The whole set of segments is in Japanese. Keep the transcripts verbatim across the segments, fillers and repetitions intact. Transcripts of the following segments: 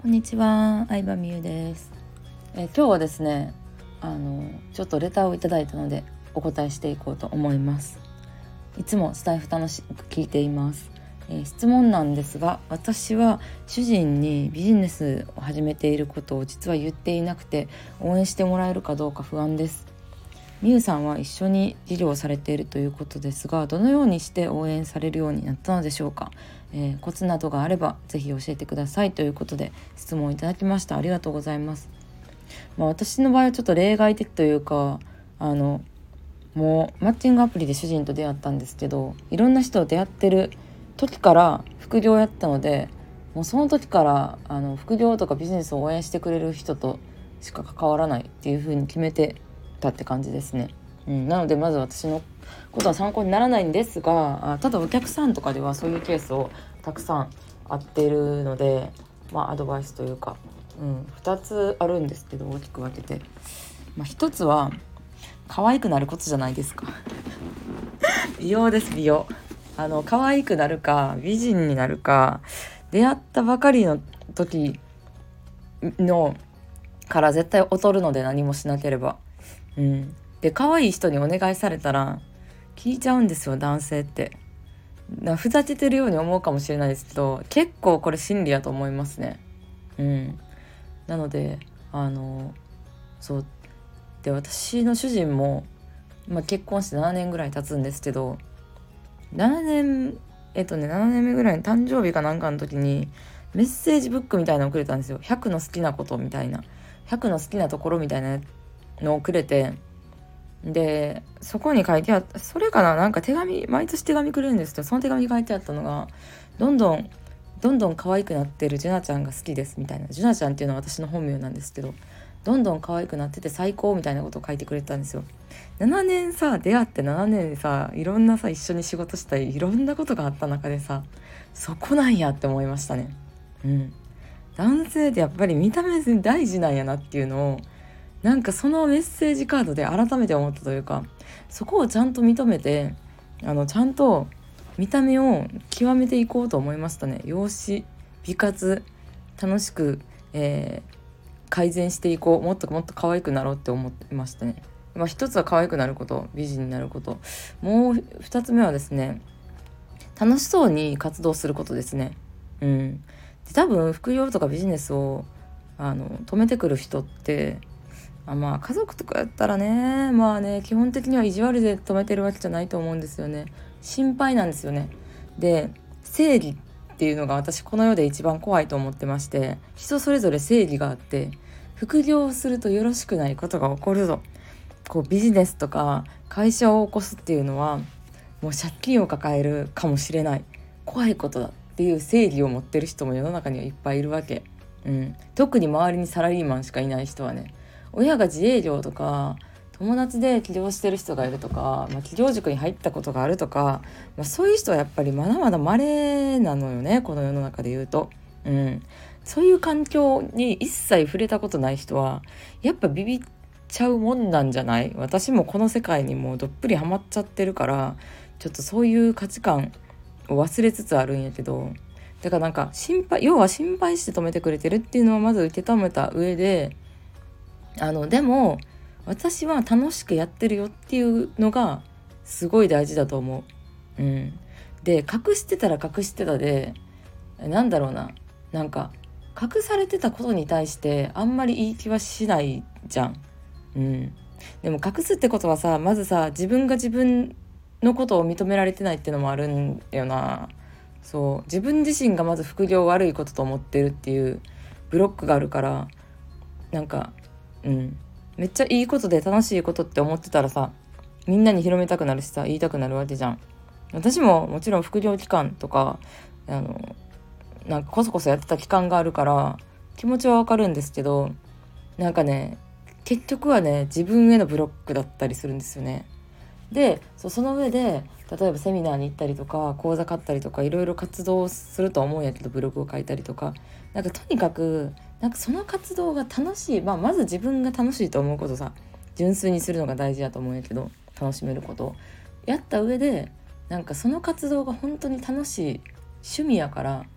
こんにちは、相葉美優です。えー今日はですねあのちょっとレターをいただいたのでお答えしていこうと思います。いつもスタイフ楽しく聞いています。えー質問なんですが、私は主人にビジネスを始めていることを実は言っていなくて、応援してもらえるかどうか不安です。みゆさんは一緒に事業をされているということですが、どのようにして応援されるようになったのでしょうか。えーコツなどがあればぜひ教えてくださいということで質問いただきました。ありがとうございます。まあ、私の場合はちょっと例外的というか、あのもうマッチングアプリで主人と出会ったんですけど、いろんな人と出会ってる時から副業をやったので、もうその時からあの副業とかビジネスを応援してくれる人としか関わらないっていう風に決めてたって感じですね。うん、なのでまず私のことは参考にならないんですが、あただお客さんとかではそういうケースをたくさんあっているので、まあアドバイスというか、うん、ふたつあるんですけど、大きく分けて、まあ、ひとつは可愛くなることじゃないですか。美容です。美容。あの可愛くなるか美人になるか、出会ったばかりの時のから絶対劣るので、何もしなければ。うん、で可愛い人にお願いされたら聞いちゃうんですよ、男性って。なふざけてるように思うかもしれないですけど、結構これ真理やと思いますね。うん、なのであのそうで、私の主人も、まあ、結婚してななねんぐらい経つんですけど、ななねんえっとねななねんめぐらいの誕生日かなんかの時にメッセージブックみたいなのをくれたんですよ。ひゃくの好きなことみたいな、ひゃくの好きなところみたいなのをくれて、でそこに書いてあった、それかな、なんか手紙、毎年手紙くれるんですけど、その手紙に書いてあったのが、どんどんどんどん可愛くなってるジュナちゃんが好きですみたいな。ジュナちゃんっていうのは私の本名なんですけど、どんどん可愛くなってて最高みたいなことを書いてくれたんですよ。ななねんさ、出会ってななねんさ、いろんなさ、一緒に仕事したりいろんなことがあった中でさ、そこなんやって思いましたね。うん、男性ってやっぱり見た目大事なんやなっていうのを、なんかそのメッセージカードで改めて思ったというか、そこをちゃんと認めて、あのちゃんと見た目を極めていこうと思いましたね。容姿美活楽しく、えー改善していこう、もっともっと可愛くなろうって思ってましたね。まあ、一つは可愛くなること、美人になること、もう二つ目はですね、楽しそうに活動することですね。うん、で多分副業とかビジネスをあの止めてくる人って、あまあ家族とかやったらね、まあね、基本的には意地悪で止めてるわけじゃないと思うんですよね。心配なんですよね。で、正義っていうのが私この世で一番怖いと思ってまして、人それぞれ正義があって、副業をするとよろしくないことが起こるぞ、こうビジネスとか会社を起こすっていうのはもう借金を抱えるかもしれない、怖いことだっていう正義を持ってる人も世の中にはいっぱいいるわけ。うん、特に周りにサラリーマンしかいない人はね、親が自営業とか友達で起業してる人がいるとか、まあ、起業塾に入ったことがあるとか、まあ、そういう人はやっぱりまだまだ稀なのよね、この世の中で言うと。うん、そういう環境に一切触れたことない人はやっぱビビっちゃうもんなんじゃない？私もこの世界にもうどっぷりハマっちゃってるから、ちょっとそういう価値観を忘れつつあるんやけど、だからなんか心配、要は心配して止めてくれてるっていうのはまず受け止めた上で、あのでも私は楽しくやってるよっていうのがすごい大事だと思う。うん、で隠してたら隠してたで、なんだろうな、なんか隠されてたことに対してあんまりいい気はしないじゃん。うん、でも隠すってことはさ、まずさ、自分が自分のことを認められてないっていうのもあるんよな。そう、自分自身がまず副業を悪いことと思ってるっていうブロックがあるから、なんかうんめっちゃいいことで楽しいことって思ってたらさ、みんなに広めたくなるしさ、言いたくなるわけじゃん。私ももちろん副業期間とか、あのなんかこそこそやってた期間があるから気持ちはわかるんですけど、なんかね、結局はね、自分へのブロックだったりするんですよね。で、そその上で例えばセミナーに行ったりとか講座買ったりとかいろいろ活動すると思うんやけど、ブログを書いたりとか、なんかとにかくなんかその活動が楽しい、まあ、まず自分が楽しいと思うことさ、純粋にするのが大事だと思うんやけど、楽しめることをやった上で、なんかその活動が本当に楽しい趣味やから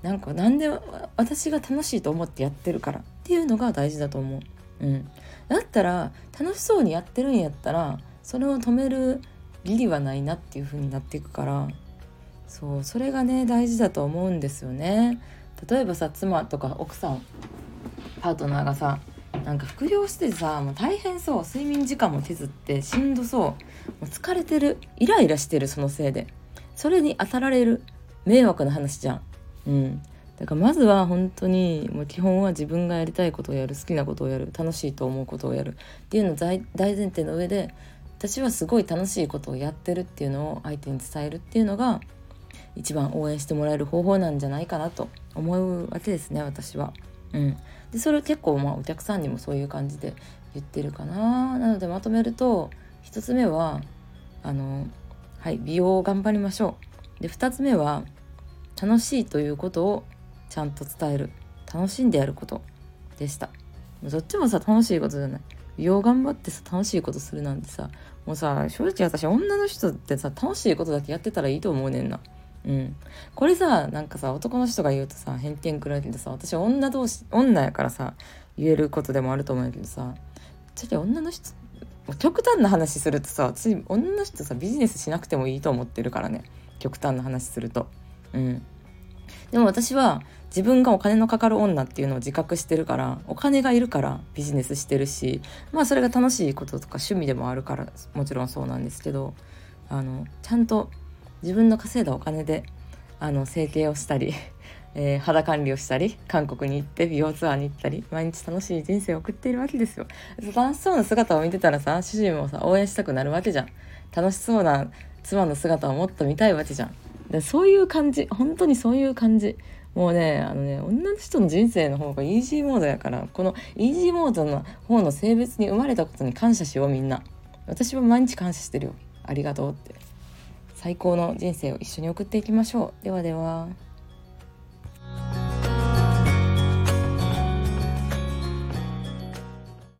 なんかなんで私が楽しいと思ってやってるからっていうのが大事だと思う。うん、だったら楽しそうにやってるんやったらそれを止める義理はないなっていう風になっていくから、そうそれがね大事だと思うんですよね。例えばさ、妻とか奥さん、パートナーがさ、なんか副業してさ、もう大変そう、睡眠時間も削ってしんどそう、もう疲れてる、イライラしてる、そのせいでそれに当たられる、迷惑な話じゃん。うん、だからまずは本当にもう基本は自分がやりたいことをやる、好きなことをやる、楽しいと思うことをやるっていうのを大前提の上で、私はすごい楽しいことをやってるっていうのを相手に伝えるっていうのが一番応援してもらえる方法なんじゃないかなと思うわけですね、私は。うん、でそれを結構まあお客さんにもそういう感じで言ってるかな。なのでまとめると、一つ目はあのはい美容を頑張りましょう。で二つ目は楽しいということをちゃんと伝える、楽しんでやることでした。どっちもさ楽しいことじゃない。美容頑張ってさ楽しいことするなんてさ、もうさ正直私女の人ってさ楽しいことだけやってたらいいと思うねんな。うん、これさなんかさ男の人が言うとさ偏見くらいけどさ、私女同士女やからさ言えることでもあると思うんやけどさ、ちょっと女の人極端な話するとさ、私女の人さビジネスしなくてもいいと思ってるからね、極端な話すると。うん、でも私は自分がお金のかかる女っていうのを自覚してるから、お金がいるからビジネスしてるし、まあそれが楽しいこととか趣味でもあるからもちろんそうなんですけど、あのちゃんと自分の稼いだお金であの整形をしたり、えー、肌管理をしたり、韓国に行って美容ツアーに行ったり、毎日楽しい人生を送っているわけですよ。楽しそうな姿を見てたらさ、主人もさ応援したくなるわけじゃん。楽しそうな妻の姿をもっと見たいわけじゃん。でそういう感じ、本当にそういう感じ。もうねあのね女の人の人生の方がイージーモードやから、このイージーモードの方の性別に生まれたことに感謝しよう、みんな。私は毎日感謝してるよ。ありがとうって。最高の人生を一緒に送っていきましょう。ではでは。